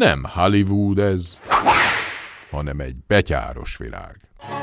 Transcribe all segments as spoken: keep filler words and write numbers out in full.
Nem Hollywood ez, hanem egy betyáros világ.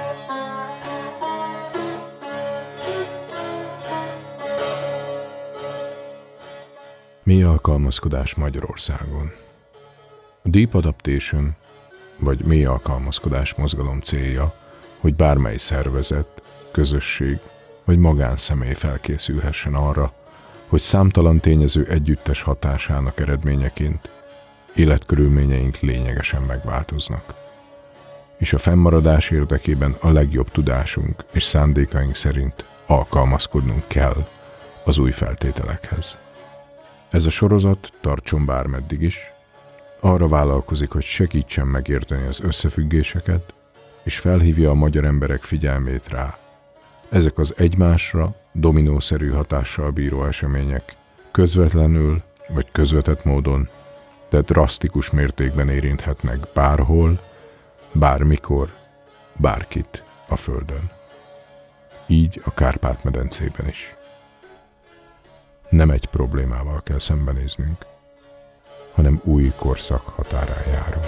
Mi alkalmazkodás Magyarországon? A Deep Adaptation, vagy mély alkalmazkodás mozgalom célja, hogy bármely szervezet, közösség vagy magánszemély felkészülhessen arra, hogy számtalan tényező együttes hatásának eredményeként életkörülményeink lényegesen megváltoznak, és a fennmaradás érdekében a legjobb tudásunk és szándékaink szerint alkalmazkodnunk kell az új feltételekhez. Ez a sorozat, tartson bármeddig is, arra vállalkozik, hogy segítsen megérteni az összefüggéseket, és felhívja a magyar emberek figyelmét rá. Ezek az egymásra dominószerű hatással bíró események közvetlenül vagy közvetett módon, de drasztikus mértékben érinthetnek bárhol, bármikor, bárkit a Földön. Így a Kárpát-medencében is. Nem egy problémával kell szembenéznünk, hanem új korszak határán járunk.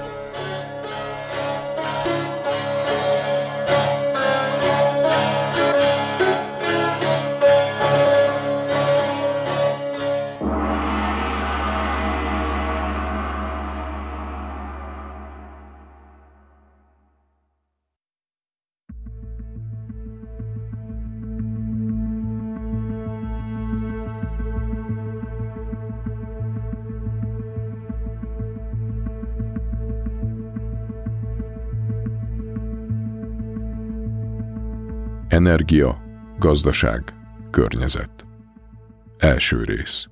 Energia, gazdaság, környezet. Első rész.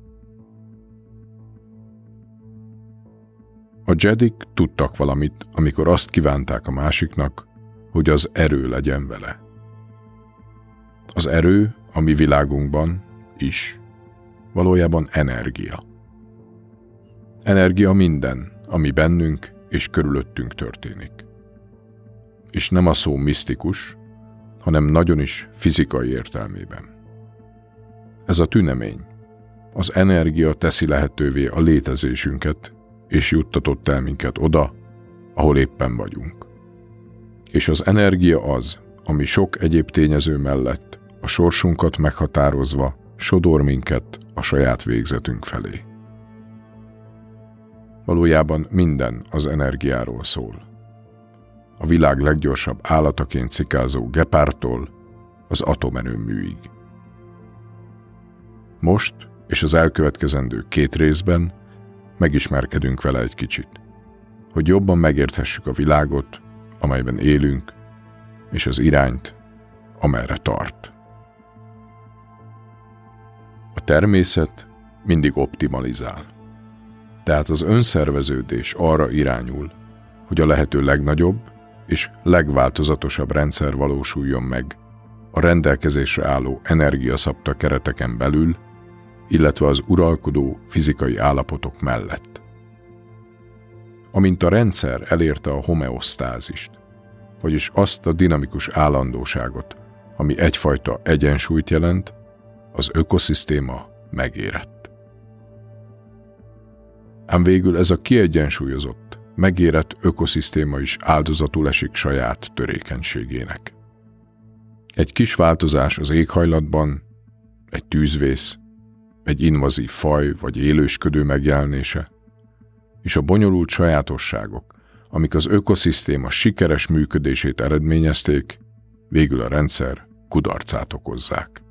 A Jedik tudtak valamit, amikor azt kívánták a másiknak, hogy az erő legyen vele. Az erő a mi világunkban is valójában energia. Energia minden, ami bennünk és körülöttünk történik. És nem a szó misztikus, hanem nagyon is fizikai értelmében. Ez a tünemény. Az energia teszi lehetővé a létezésünket, és juttatott el minket oda, ahol éppen vagyunk. És az energia az, ami sok egyéb tényező mellett a sorsunkat meghatározva sodor minket a saját végzetünk felé. Valójában minden az energiáról szól. A világ leggyorsabb állataként cikázó gepárdtól az atomerőműig. Most és az elkövetkezendő két részben megismerkedünk vele egy kicsit, hogy jobban megérthessük a világot, amelyben élünk, és az irányt, amerre tart. A természet mindig optimalizál, tehát az önszerveződés arra irányul, hogy a lehető legnagyobb és legváltozatosabb rendszer valósuljon meg a rendelkezésre álló energiaszabta kereteken belül, illetve az uralkodó fizikai állapotok mellett. Amint a rendszer elérte a homeosztázist, vagyis azt a dinamikus állandóságot, ami egyfajta egyensúlyt jelent, az ökoszisztéma megérett. Ám végül ez a kiegyensúlyozott, megérett ökoszisztéma is áldozatul esik saját törékenységének. Egy kis változás az éghajlatban, egy tűzvész, egy invazív faj vagy élősködő megjelenése, és a bonyolult sajátosságok, amik az ökoszisztéma sikeres működését eredményezték, végül a rendszer kudarcát okozzák.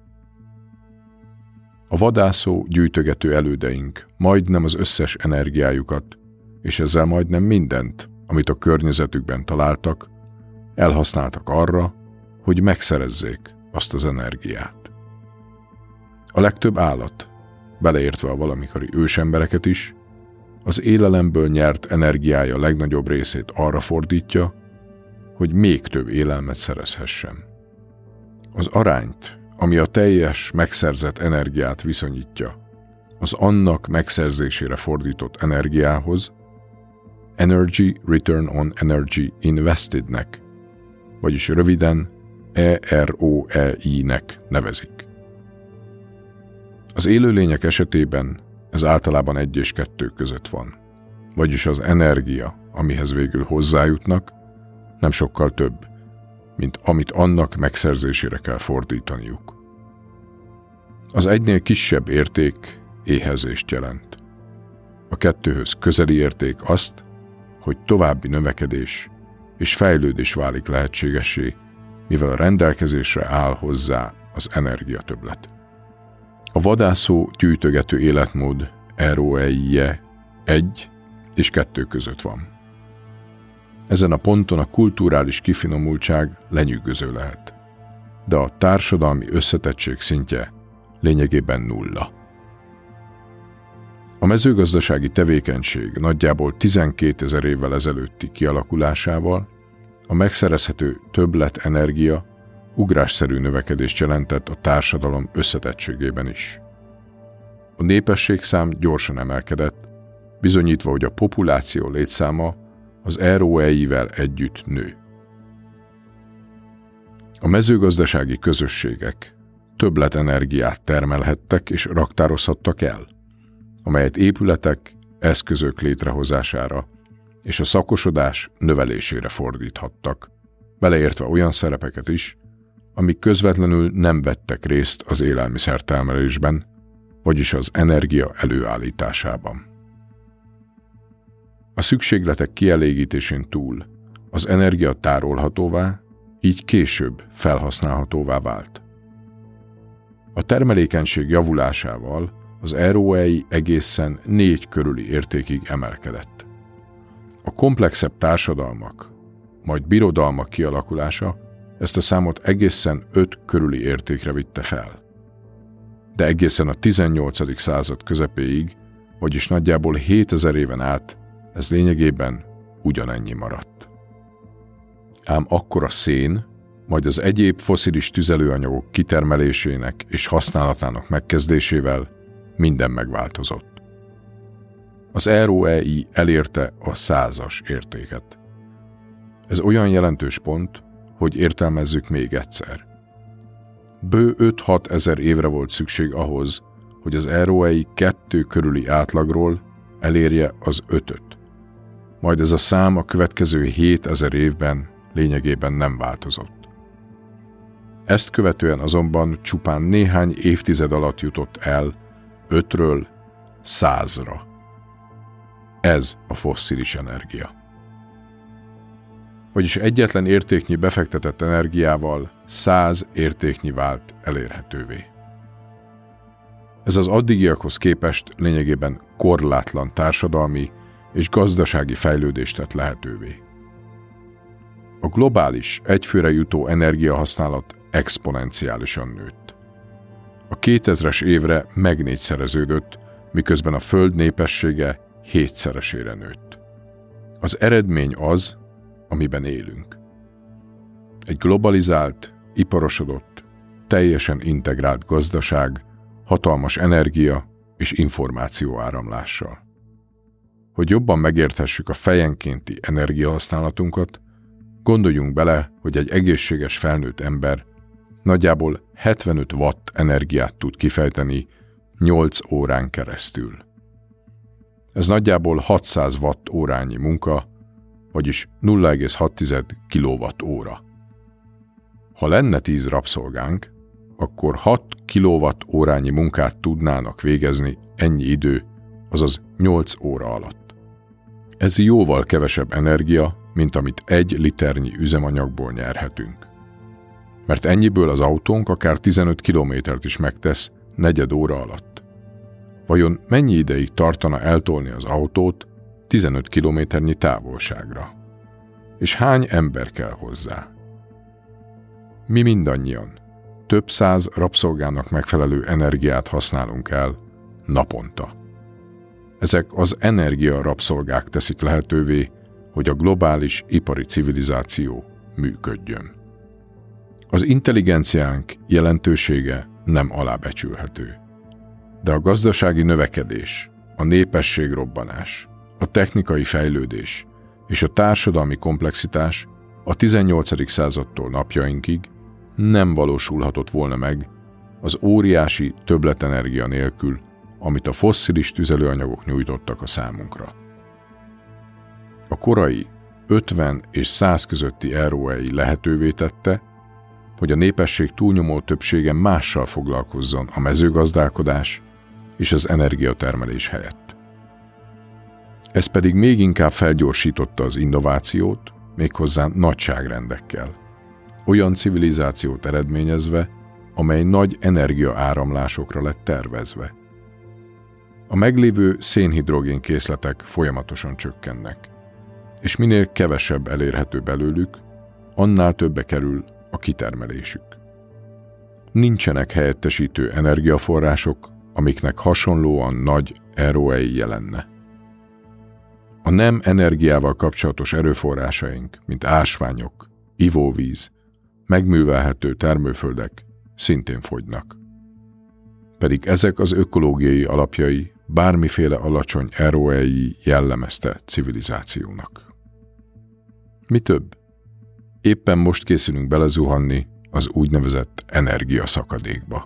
A vadászó, gyűjtögető elődeink majdnem az összes energiájukat, és ezzel majdnem mindent, amit a környezetükben találtak, elhasználtak arra, hogy megszerezzék azt az energiát. A legtöbb állat, beleértve a valamikori ősembereket is, az élelemből nyert energiája legnagyobb részét arra fordítja, hogy még több élelmet szerezhessen. Az arányt, ami a teljes megszerzett energiát viszonyítja az annak megszerzésére fordított energiához, Energy Return on Energy Investednek, vagyis röviden E R O E I-nek nevezik. Az élőlények esetében ez általában egy és kettő között van, vagyis az energia, amihez végül hozzájutnak, nem sokkal több, mint amit annak megszerzésére kell fordítaniuk. Az egynél kisebb érték éhezést jelent. A kettőhöz közeli érték azt, hogy további növekedés és fejlődés válik lehetségessé, mivel a rendelkezésre áll hozzá az energiatöbblet. A vadászó gyűjtögető életmód er o e i-je egy és kettő között van. Ezen a ponton a kulturális kifinomultság lenyűgöző lehet, de a társadalmi összetettség szintje lényegében nulla. A mezőgazdasági tevékenység nagyjából tizenkétezer évvel ezelőtti kialakulásával a megszerezhető többletenergia ugrásszerű növekedést jelentett a társadalom összetettségében is. A népességszám gyorsan emelkedett, bizonyítva, hogy a populáció létszáma az er o e i-vel együtt nő. A mezőgazdasági közösségek többletenergiát termelhettek és raktározhattak el, amelyet épületek, eszközök létrehozására és a szakosodás növelésére fordíthattak, beleértve olyan szerepeket is, amik közvetlenül nem vettek részt az élelmiszertermelésben, vagyis az energia előállításában. A szükségletek kielégítésén túl az energia tárolhatóvá, így később felhasználhatóvá vált. A termelékenység javulásával az er o e i egészen négy körüli értékig emelkedett. A komplexebb társadalmak, majd birodalmak kialakulása ezt a számot egészen öt körüli értékre vitte fel. De egészen a tizennyolcadik század közepéig, vagyis nagyjából hétezer éven át ez lényegében ugyanennyi maradt. Ám akkor a szén, majd az egyéb fosszilis tüzelőanyagok kitermelésének és használatának megkezdésével minden megváltozott. Az er o e i elérte a százas értéket. Ez olyan jelentős pont, hogy értelmezzük még egyszer. Bő öt-hat ezer évre volt szükség ahhoz, hogy az er o e i kettő körüli átlagról elérje az ötöt. Majd ez a szám a következő hétezer évben lényegében nem változott. Ezt követően azonban csupán néhány évtized alatt jutott el ötről százra. Ez a fosszilis energia. Vagyis egyetlen értéknyi befektetett energiával száz értéknyi vált elérhetővé. Ez az addigiakhoz képest lényegében korlátlan társadalmi és gazdasági fejlődést tett lehetővé. A globális, egyfőre jutó energiahasználat exponenciálisan nőtt. A kétezres évre megnégyszereződött, miközben a Föld népessége hétszeresére nőtt. Az eredmény az, amiben élünk. Egy globalizált, iparosodott, teljesen integrált gazdaság, hatalmas energia és információ áramlással. Hogy jobban megérthessük a fejenkénti energiahasználatunkat, gondoljunk bele, hogy egy egészséges felnőtt ember nagyjából hetvenöt watt energiát tud kifejteni nyolc órán keresztül. Ez nagyjából hatszáz watt órányi munka, vagyis nulla egész hat kilowatt óra. Ha lenne tíz rabszolgánk, akkor hat kilowatt órányi munkát tudnának végezni ennyi idő, azaz nyolc óra alatt. Ez jóval kevesebb energia, mint amit egy liternyi üzemanyagból nyerhetünk. Mert ennyiből az autónk akár tizenöt kilométert is megtesz negyed óra alatt. Vajon mennyi ideig tartana eltolni az autót tizenöt kilométernyi távolságra? És hány ember kell hozzá? Mi mindannyian több száz rabszolgának megfelelő energiát használunk el naponta. Ezek az energia rabszolgák teszik lehetővé, hogy a globális ipari civilizáció működjön. Az intelligenciánk jelentősége nem alábecsülhető. De a gazdasági növekedés, a népességrobbanás, a technikai fejlődés és a társadalmi komplexitás a tizennyolcadik századtól napjainkig nem valósulhatott volna meg az óriási többletenergia nélkül, amit a fosszilis tüzelőanyagok nyújtottak a számunkra. A korai ötven és száz közötti er o e i lehetővé tette, hogy a népesség túlnyomó többsége mással foglalkozzon a mezőgazdálkodás és az energiatermelés helyett. Ez pedig még inkább felgyorsította az innovációt, méghozzá nagyságrendekkel, olyan civilizációt eredményezve, amely nagy energiaáramlásokra lett tervezve. A meglévő szénhidrogén készletek folyamatosan csökkennek, és minél kevesebb elérhető belőlük, annál többe kerül a kitermelésük. Nincsenek helyettesítő energiaforrások, amiknek hasonlóan nagy er o e i jelenne. A nem energiával kapcsolatos erőforrásaink, mint ásványok, ivóvíz, megművelhető termőföldek szintén fogynak. Pedig ezek az ökológiai alapjai bármiféle alacsony er o e i jellemezte civilizációnak. Mi több? Éppen most készülünk belezuhanni az úgynevezett energiaszakadékba.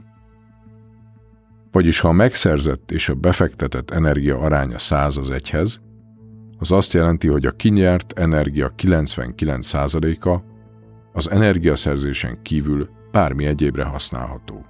Vagyis ha a megszerzett és a befektetett energia aránya száz az egyhez, az azt jelenti, hogy a kinyert energia kilencvenkilenc százaléka az energiaszerzésen kívül bármi egyébre használható.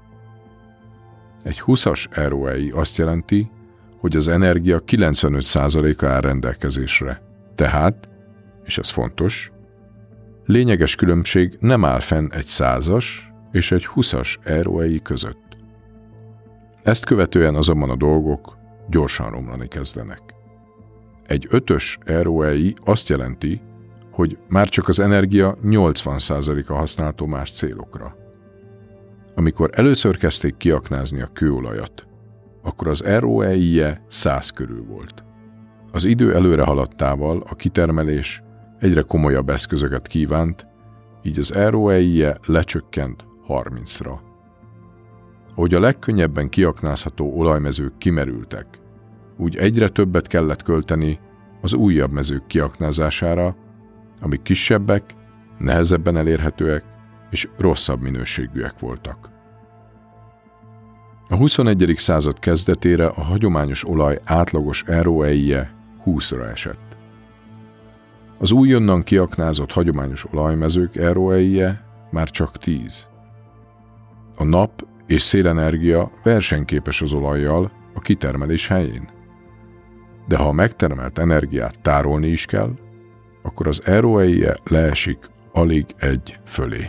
Egy húszas er o e i azt jelenti, hogy az energia kilencvenöt százaléka áll rendelkezésre. Tehát, és ez fontos, lényeges különbség nem áll fenn egy százas és egy húszas er o e i között. Ezt követően azonban a dolgok gyorsan romlani kezdenek. Egy ötös er o e i azt jelenti, hogy már csak az energia nyolcvan százaléka használható más célokra. Amikor először kezdték kiaknázni a kőolajat, akkor az er o e i-je száz körül volt. Az idő előre haladtával a kitermelés egyre komolyabb eszközöket kívánt, így az er o e i-je lecsökkent harmincra. Ahogy a legkönnyebben kiaknázható olajmezők kimerültek, úgy egyre többet kellett költeni az újabb mezők kiaknázására, amik kisebbek, nehezebben elérhetőek és rosszabb minőségűek voltak. A huszonegyedik század kezdetére a hagyományos olaj átlagos er o e i-je húszra esett. Az újonnan kiaknázott hagyományos olajmezők er o e i-je már csak tíz. A nap és szélenergia versenyképes az olajjal a kitermelés helyén. De ha a megtermelt energiát tárolni is kell, akkor az er o e i-je leesik alig egy fölé.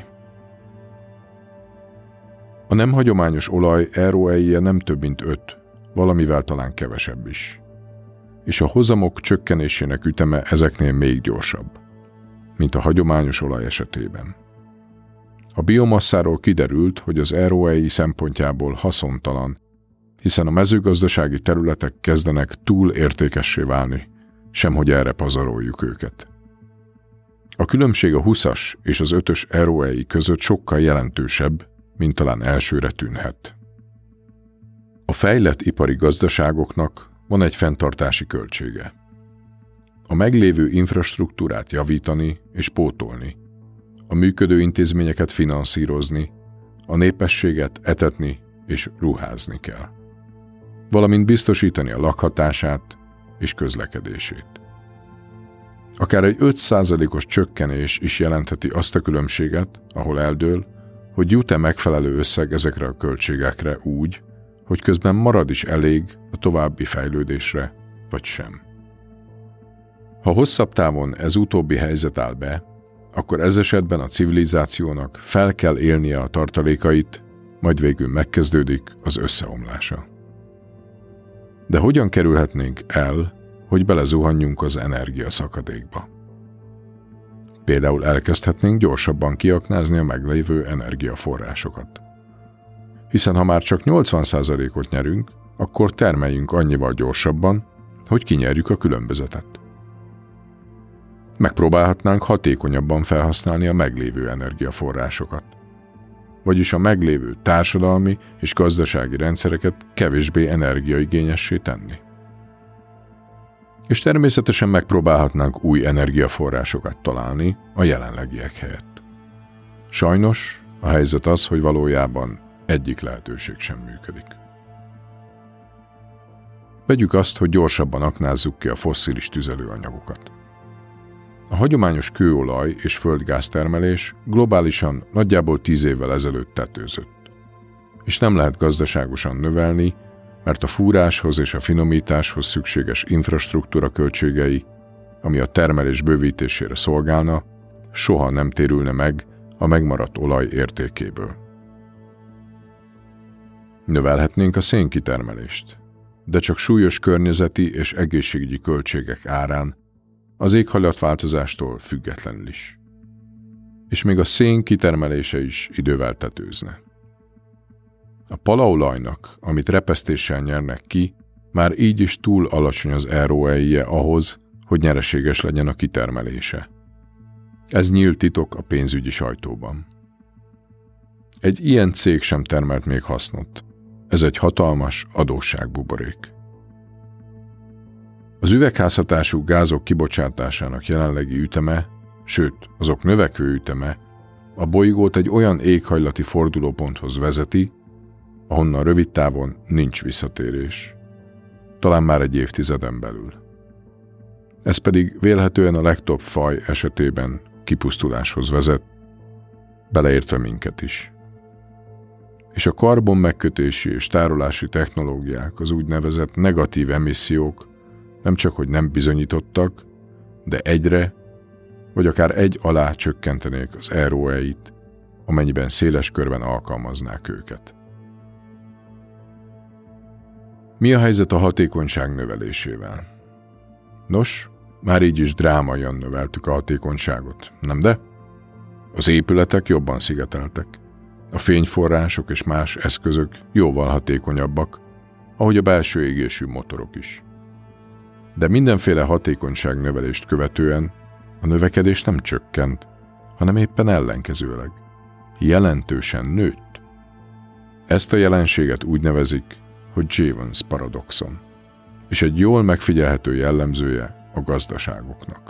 A nem hagyományos olaj er o e i-je nem több mint öt, valamivel talán kevesebb is. És a hozamok csökkenésének üteme ezeknél még gyorsabb, mint a hagyományos olaj esetében. A biomasszáról kiderült, hogy az er o e i szempontjából haszontalan, hiszen a mezőgazdasági területek kezdenek túl értékessé válni, semhogy erre pazaroljuk őket. A különbség a húszas és az ötös er o e i között sokkal jelentősebb, mint talán elsőre tűnhet. A fejlett ipari gazdaságoknak van egy fenntartási költsége. A meglévő infrastruktúrát javítani és pótolni, a működő intézményeket finanszírozni, a népességet etetni és ruházni kell. Valamint biztosítani a lakhatását és közlekedését. Akár egy öt százalékos csökkenés is jelentheti azt a különbséget, ahol eldől, hogy jut-e megfelelő összeg ezekre a költségekre úgy, hogy közben marad is elég a további fejlődésre, vagy sem. Ha hosszabb távon ez utóbbi helyzet áll be, akkor ez esetben a civilizációnak fel kell élnie a tartalékait, majd végül megkezdődik az összeomlása. De hogyan kerülhetnénk el, hogy belezuhanjunk az energiaszakadékba? Például elkezdhetnénk gyorsabban kiaknázni a meglévő energiaforrásokat. Hiszen ha már csak nyolcvan százalékot nyerünk, akkor termeljünk annyival gyorsabban, hogy kinyerjük a különbözetet. Megpróbálhatnánk hatékonyabban felhasználni a meglévő energiaforrásokat, vagyis a meglévő társadalmi és gazdasági rendszereket kevésbé energiaigényessé tenni. És természetesen megpróbálhatnánk új energiaforrásokat találni a jelenlegiek helyett. Sajnos a helyzet az, hogy valójában egyik lehetőség sem működik. Vegyük azt, hogy gyorsabban aknázzuk ki a fosszilis tüzelőanyagokat. A hagyományos kőolaj és földgáztermelés globálisan nagyjából tíz évvel ezelőtt tetőzött. És nem lehet gazdaságosan növelni, mert a fúráshoz és a finomításhoz szükséges infrastruktúra költségei, ami a termelés bővítésére szolgálna, soha nem térülne meg a megmaradt olaj értékéből. Növelhetnénk a szénkitermelést, de csak súlyos környezeti és egészségügyi költségek árán, az éghajlatváltozástól függetlenül is. És még a szén kitermelése is idővel tetőzne. A palaolajnak, amit repesztéssel nyernek ki, már így is túl alacsony az er o e-je ahhoz, hogy nyereséges legyen a kitermelése. Ez nyílt titok a pénzügyi sajtóban. Egy ilyen cég sem termelt még hasznot. Ez egy hatalmas adósságbuborék. Az üvegházhatású gázok kibocsátásának jelenlegi üteme, sőt, azok növekvő üteme, a bolygót egy olyan éghajlati fordulóponthoz vezeti, ahonnan rövid távon nincs visszatérés. Talán már egy évtizeden belül. Ez pedig vélhetően a legtöbb faj esetében kipusztuláshoz vezet, beleértve minket is. És a karbon megkötési és tárolási technológiák, az úgynevezett negatív emissziók nem csak hogy nem bizonyítottak, de egyre, vagy akár egy alá csökkentenék az er o e-it, amennyiben széles körben alkalmaznák őket. Mi a helyzet a hatékonyság növelésével? Nos, már így is drámaian növeltük a hatékonyságot, nem de? Az épületek jobban szigeteltek. A fényforrások és más eszközök jóval hatékonyabbak, ahogy a belső égésű motorok is. De mindenféle hatékonyságnövelést követően a növekedés nem csökkent, hanem éppen ellenkezőleg. Jelentősen nőtt. Ezt a jelenséget úgy nevezik, hogy Jevons paradoxon, és egy jól megfigyelhető jellemzője a gazdaságoknak.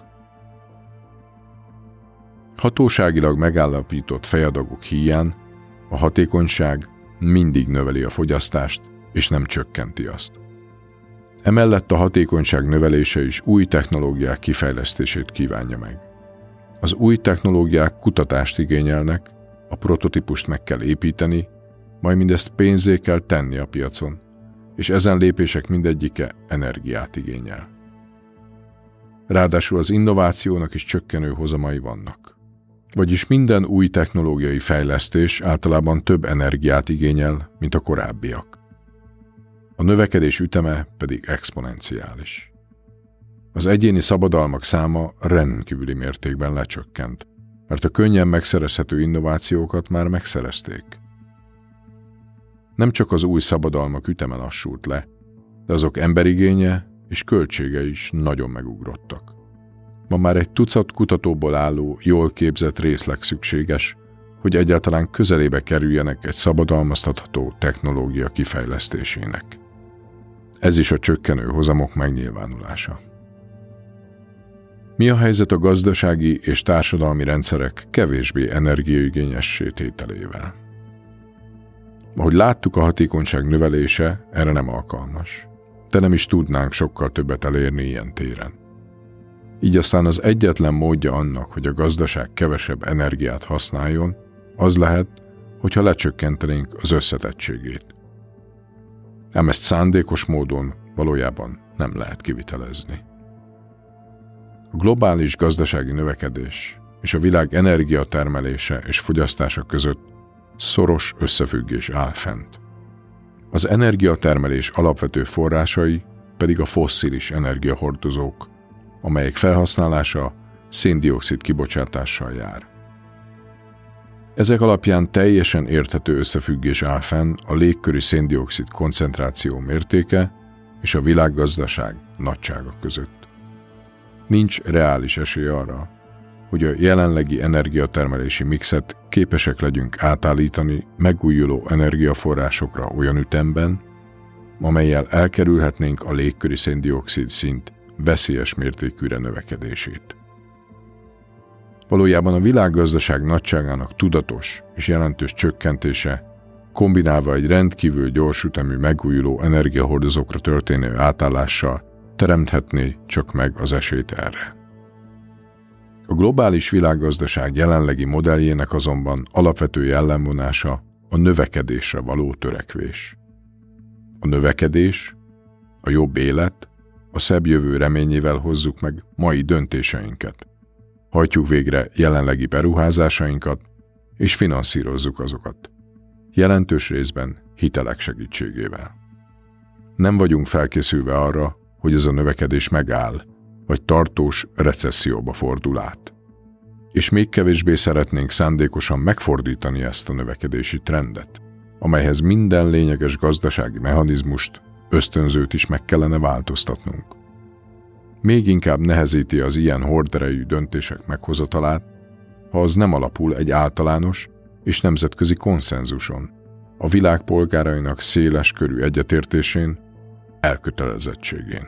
Hatóságilag megállapított fejadagok híján a hatékonyság mindig növeli a fogyasztást, és nem csökkenti azt. Emellett a hatékonyság növelése is új technológiák kifejlesztését kívánja meg. Az új technológiák kutatást igényelnek, a prototípust meg kell építeni, majd mindezt pénzzé kell tenni a piacon, és ezen lépések mindegyike energiát igényel. Ráadásul az innovációnak is csökkenő hozamai vannak. Vagyis minden új technológiai fejlesztés általában több energiát igényel, mint a korábbiak. A növekedés üteme pedig exponenciális. Az egyéni szabadalmak száma rendkívüli mértékben lecsökkent, mert a könnyen megszerezhető innovációkat már megszerezték. Nem csak az új szabadalmak üteme lassult le, de azok emberigénye és költsége is nagyon megugrottak. Ma már egy tucat kutatóból álló, jól képzett részleg szükséges, hogy egyáltalán közelébe kerüljenek egy szabadalmaztatható technológia kifejlesztésének. Ez is a csökkenő hozamok megnyilvánulása. Mi a helyzet a gazdasági és társadalmi rendszerek kevésbé energiaigényessé tételével? Ahogy láttuk, a hatékonyság növelése erre nem alkalmas, de nem is tudnánk sokkal többet elérni ilyen téren. Így aztán az egyetlen módja annak, hogy a gazdaság kevesebb energiát használjon, az lehet, hogyha lecsökkentenénk az összetettségét. Ám ezt szándékos módon valójában nem lehet kivitelezni. A globális gazdasági növekedés és a világ energiatermelése és fogyasztása között szoros összefüggés áll fent. Az energiatermelés alapvető forrásai pedig a fosszilis energiahordozók, amelyek felhasználása szén-dioxid kibocsátással jár. Ezek alapján teljesen érthető összefüggés áll fenn a légköri szén-dioxid koncentráció mértéke és a világgazdaság nagysága között. Nincs reális esély arra, hogy a jelenlegi energiatermelési mixet képesek legyünk átállítani megújuló energiaforrásokra olyan ütemben, amellyel elkerülhetnénk a légköri szén-dioxid szint veszélyes mértékűre növekedését. Valójában a világgazdaság nagyságának tudatos és jelentős csökkentése, kombinálva egy rendkívül gyorsütemű megújuló energiahordozókra történő átállással teremthetné csak meg az esélyt erre. A globális világgazdaság jelenlegi modelljének azonban alapvető jellemvonása a növekedésre való törekvés. A növekedés, a jobb élet, a szebb jövő reményével hozzuk meg mai döntéseinket. Hajtjuk végre jelenlegi beruházásainkat, és finanszírozzuk azokat. Jelentős részben hitelek segítségével. Nem vagyunk felkészülve arra, hogy ez a növekedés megáll, vagy tartós recesszióba fordul át. És még kevésbé szeretnénk szándékosan megfordítani ezt a növekedési trendet, amelyhez minden lényeges gazdasági mechanizmust, ösztönzőt is meg kellene változtatnunk. Még inkább nehezíti az ilyen horderejű döntések meghozatalát, ha az nem alapul egy általános és nemzetközi konszenzuson, a világ polgárainak széles körű egyetértésén, elkötelezettségén.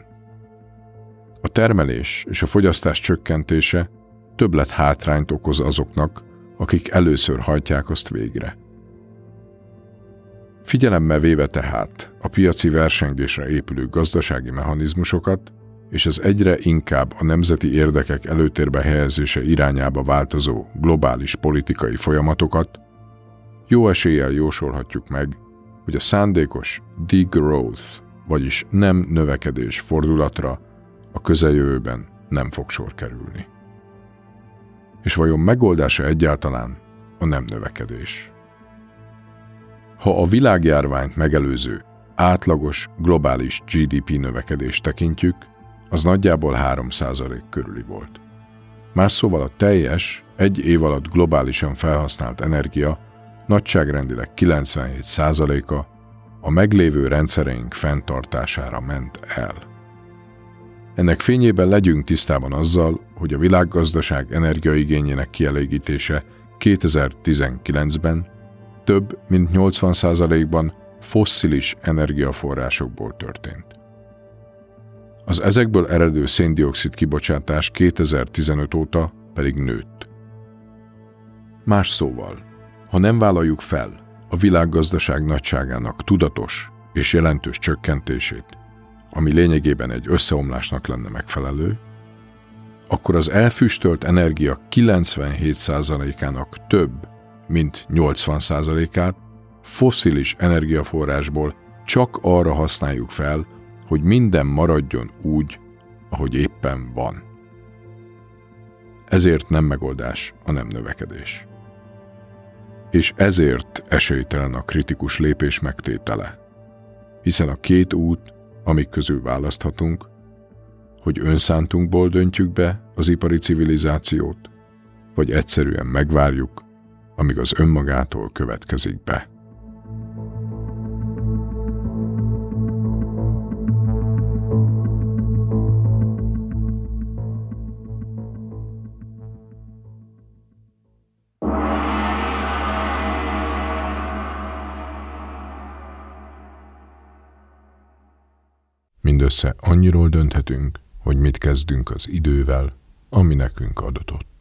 A termelés és a fogyasztás csökkentése többlet hátrányt okoz azoknak, akik először hajtják azt végre. Figyelemmel véve tehát a piaci versengésre épülő gazdasági mechanizmusokat és az egyre inkább a nemzeti érdekek előtérbe helyezése irányába változó globális politikai folyamatokat, jó eséllyel jósolhatjuk meg, hogy a szándékos degrowth, vagyis nem növekedés fordulatra a közeljövőben nem fog sor kerülni. És vajon megoldása egyáltalán a nem növekedés? Ha a világjárványt megelőző átlagos globális gé dé pé növekedést tekintjük, az nagyjából három százalék körüli volt. Más szóval a teljes, egy év alatt globálisan felhasznált energia nagyságrendileg kilencvenhét százaléka a meglévő rendszereink fenntartására ment el. Ennek fényében legyünk tisztában azzal, hogy a világgazdaság energiaigényének kielégítése kétezer-tizenkilencben több mint nyolcvan százalékban fosszilis energiaforrásokból történt. Az ezekből eredő szén-dioxid kibocsátás kétezer-tizenöt óta pedig nőtt. Más szóval, ha nem vállaljuk fel a világgazdaság nagyságának tudatos és jelentős csökkentését, ami lényegében egy összeomlásnak lenne megfelelő, akkor az elfüstölt energia kilencvenhét százalékának több, mint nyolcvan százalékát fosszilis energiaforrásból csak arra használjuk fel, hogy minden maradjon úgy, ahogy éppen van. Ezért nem megoldás a nem növekedés. És ezért esélytelen a kritikus lépés megtétele. Hiszen a két út, amik közül választhatunk, hogy önszántunkból döntjük be az ipari civilizációt, vagy egyszerűen megvárjuk, amíg az önmagától következik be. Mindössze annyiról dönthetünk, hogy mit kezdünk az idővel, ami nekünk adatott.